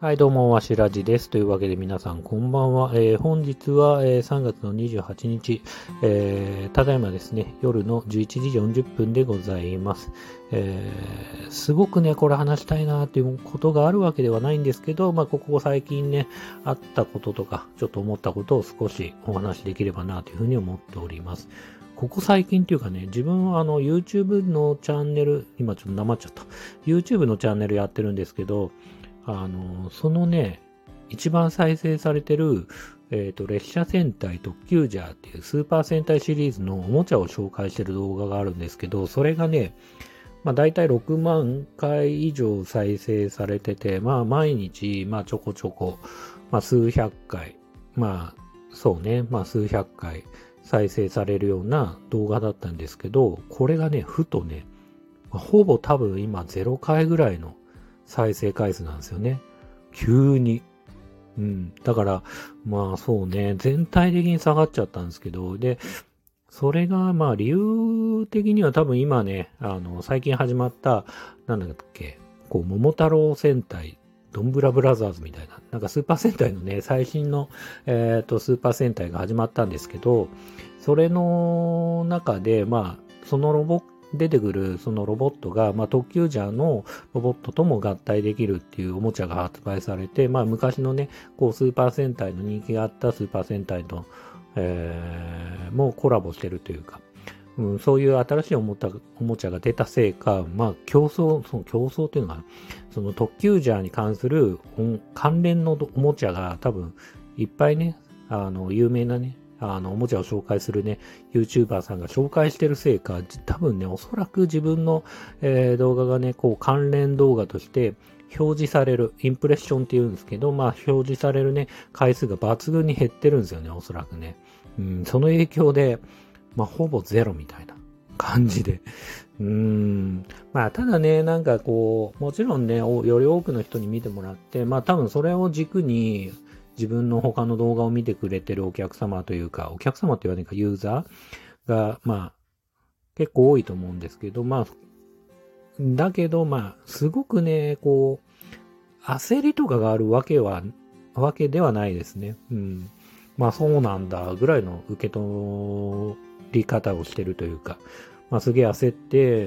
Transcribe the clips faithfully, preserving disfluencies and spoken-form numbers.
はい、どうも、わしらじです。というわけで皆さん、こんばんは。えー本日は、えーさんがつのにじゅうはちにち、えーただいまですね、夜のじゅういちじよんじゅっぷんでございます。えーすごくね、これ話したいなということがあるわけではないんですけど、まあ、ここ最近ね、あったこととか、ちょっと思ったことを少しお話しできればなというふうに思っております。ここ最近っていうかね、自分はあの YouTube のチャンネル、今ちょっとなまっちゃった。YouTube のチャンネルやってるんですけど、あの、そのね、一番再生されてる、えっと、列車戦隊特急ジャーっていうスーパー戦隊シリーズのおもちゃを紹介してる動画があるんですけど、それがね、まあ大体ろくまんかい以上再生されてて、まあ毎日、まあちょこちょこ、まあ数百回、まあそうね、まあ数百回再生されるような動画だったんですけど、これがね、ふとね、ほぼ多分今ゼロかいぐらいの再生回数なんですよね。急に。うん。だから、まあそうね、全体的に下がっちゃったんですけど、で、それが、まあ理由的には多分今ね、あの、最近始まった、なんだっけ、こう、桃太郎戦隊、ドンブラブラザーズみたいな、なんかスーパー戦隊のね、最新の、えっと、スーパー戦隊が始まったんですけど、それの中で、まあ、そのロボ出てくるそのロボットが、まあ、特急ジャーのロボットとも合体できるっていうおもちゃが発売されて、まあ、昔のね、こう、スーパー戦隊の人気があったスーパー戦隊と、えー、もうコラボしてるというか、うん、そういう新しいおもたおもちゃが出たせいか、まあ、競争、その競争っていうのが、その特急ジャーに関する関連のおもちゃが多分、いっぱいね、あの、有名なね、あの、おもちゃを紹介するね、YouTuber さんが紹介してるせいか、多分ね、おそらく自分の、えー動画がね、こう、関連動画として表示される、インプレッションって言うんですけど、まあ、表示されるね、回数が抜群に減ってるんですよね、おそらくね。うん、その影響で、まあ、ほぼゼロみたいな感じで。うーん。まあ、ただね、なんかこう、もちろんね、より多くの人に見てもらって、まあ、多分それを軸に、自分の他の動画を見てくれてるお客様というか、お客様って言わないか、ユーザーが、まあ、結構多いと思うんですけど、まあ、だけど、まあ、すごくね、こう、焦りとかがあるわけは、わけではないですね。うん。まあ、そうなんだ、ぐらいの受け取り方をしてるというか、まあ、すげえ焦って、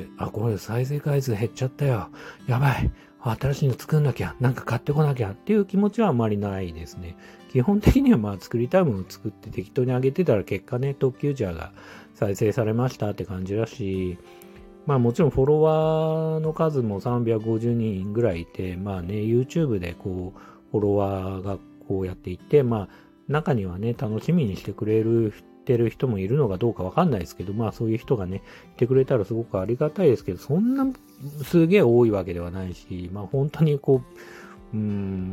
あ、これ再生回数減っちゃったよ。やばい。新しいの作んなきゃ。なんか買ってこなきゃっていう気持ちはあまりないですね。基本的にはまあ作りたいものを作って適当に上げてたら結果ね、特急ジャーが再生されましたって感じだし、まあもちろんフォロワーの数もさんびゃくごじゅうにんぐらいいて、まあね、YouTube でこう、フォロワーがこうやっていて、まあ中にはね、楽しみにしてくれる、てる人もいるのかどうかわかんないですけど、まあそういう人がね、いてくれたらすごくありがたいですけど、そんなすげえ多いわけではないし、まあ本当にこう、うん、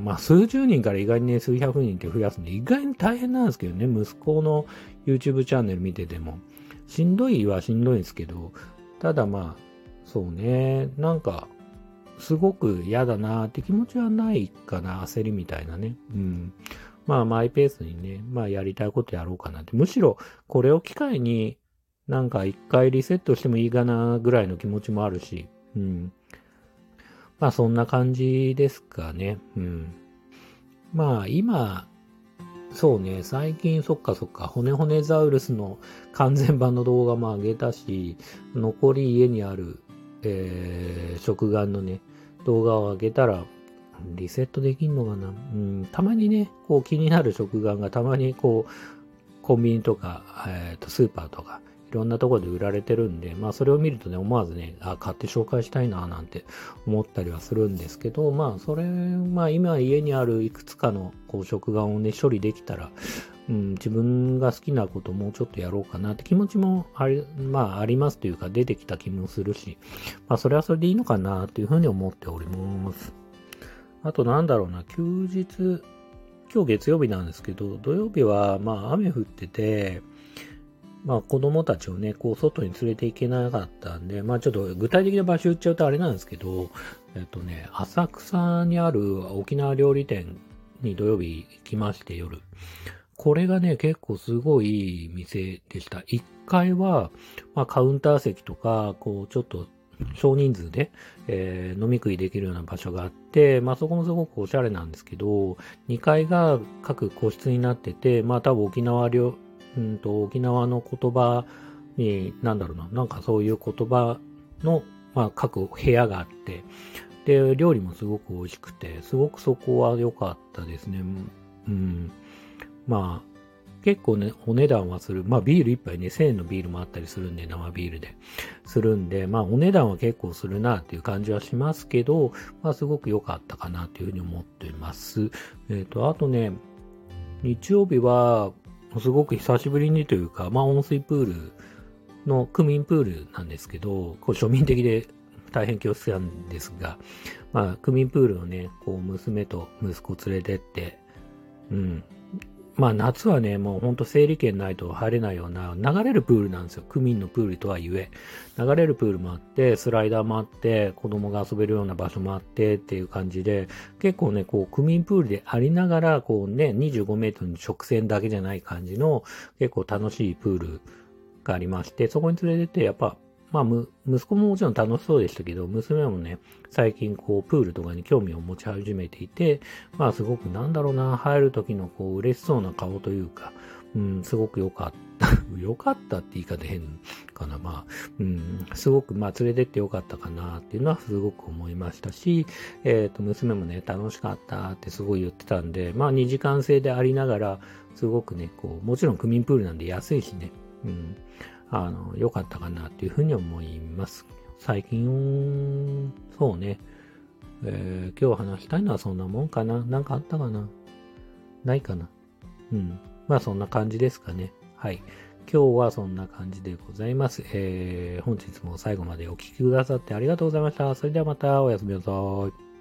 まあ数十人から意外にね、数百人って増やすんで、意外に大変なんですけどね、息子の YouTube チャンネル見てても、しんどいはしんどいんですけど、ただまあ、そうね、なんか、すごく嫌だなって気持ちはないかな、焦りみたいなね。うん。まあ、マイペースにね、まあ、やりたいことやろうかなって。むしろ、これを機会に、なんか一回リセットしてもいいかな、ぐらいの気持ちもあるし、うん。まあ、そんな感じですかね。うん。まあ、今、そうね、最近そっかそっか、骨骨ザウルスの完全版の動画も上げたし、残り家にある、えー、食玩のね、動画を上げたら、リセットできんのかな、うん、たまにね、こう気になる食玩がたまにこう、コンビニとか、えー、とスーパーとか、いろんなところで売られてるんで、まあそれを見るとね、思わずね、あ、買って紹介したいななんて思ったりはするんですけど、まあそれ、まあ今家にあるいくつかのこう食玩をね、処理できたら、うん、自分が好きなことをもうちょっとやろうかなって気持ちもあり、まあありますというか出てきた気もするし、まあそれはそれでいいのかなというふうに思っております。あとなんだろうな、休日、今日月曜日なんですけど、土曜日はまあ雨降ってて、まあ子供たちをね、こう外に連れて行けなかったんで、まあちょっと具体的な場所言っちゃうとあれなんですけど、えっとね、浅草にある沖縄料理店に土曜日行きまして夜。これがね、結構すごいいい店でした。いっかいは、まあカウンター席とか、こうちょっと少人数で、えー飲み食いできるような場所があって、まあそこもすごくおしゃれなんですけど、にかいが各個室になってて、まあ多分沖縄料、うんと沖縄の言葉に、なんだろうな、なんかそういう言葉の、まあ各部屋があって、で、料理もすごく美味しくて、すごくそこは良かったですね。うん。まあ、結構ね、お値段はする。まあ、ビール一杯ね、せんえんのビールもあったりするんで、生ビールで。するんで、まあ、お値段は結構するなっていう感じはしますけど、まあ、すごく良かったかなというふうに思っています。えっと、あとね、日曜日は、すごく久しぶりにというか、まあ、温水プールの区民プールなんですけど、こう庶民的で大変恐縮なんですが、まあ、区民プールをね、こう、娘と息子連れてって、うん。まあ夏はね、もうほんと整理券ないと入れないような流れるプールなんですよ。区民のプールとはゆえ。流れるプールもあって、スライダーもあって、子供が遊べるような場所もあってっていう感じで、結構ね、こう区民プールでありながら、こうね、にじゅうごメートルの直線だけじゃない感じの結構楽しいプールがありまして、そこに連れてって、やっぱ、まあ、む、息子ももちろん楽しそうでしたけど、娘もね、最近こう、プールとかに興味を持ち始めていて、まあ、すごくなんだろうな、入る時のこう、嬉しそうな顔というか、うん、すごく良かった。良かったって言い方変かな。まあ、うん、すごく、まあ、連れてって良かったかなっていうのはすごく思いましたし、えっと、娘もね、楽しかったってすごい言ってたんで、まあ、にじかん制でありながら、すごくね、こう、もちろん区民プールなんで安いしね、うん、あの、良かったかなっていうふうに思います。最近、そうね、えー今日話したいのはそんなもんかな。なんかあったかなないかな。うん。まあそんな感じですかね。はい。今日はそんな感じでございます。えー、本日も最後までお聞きくださってありがとうございました。それではまたおやすみなさい。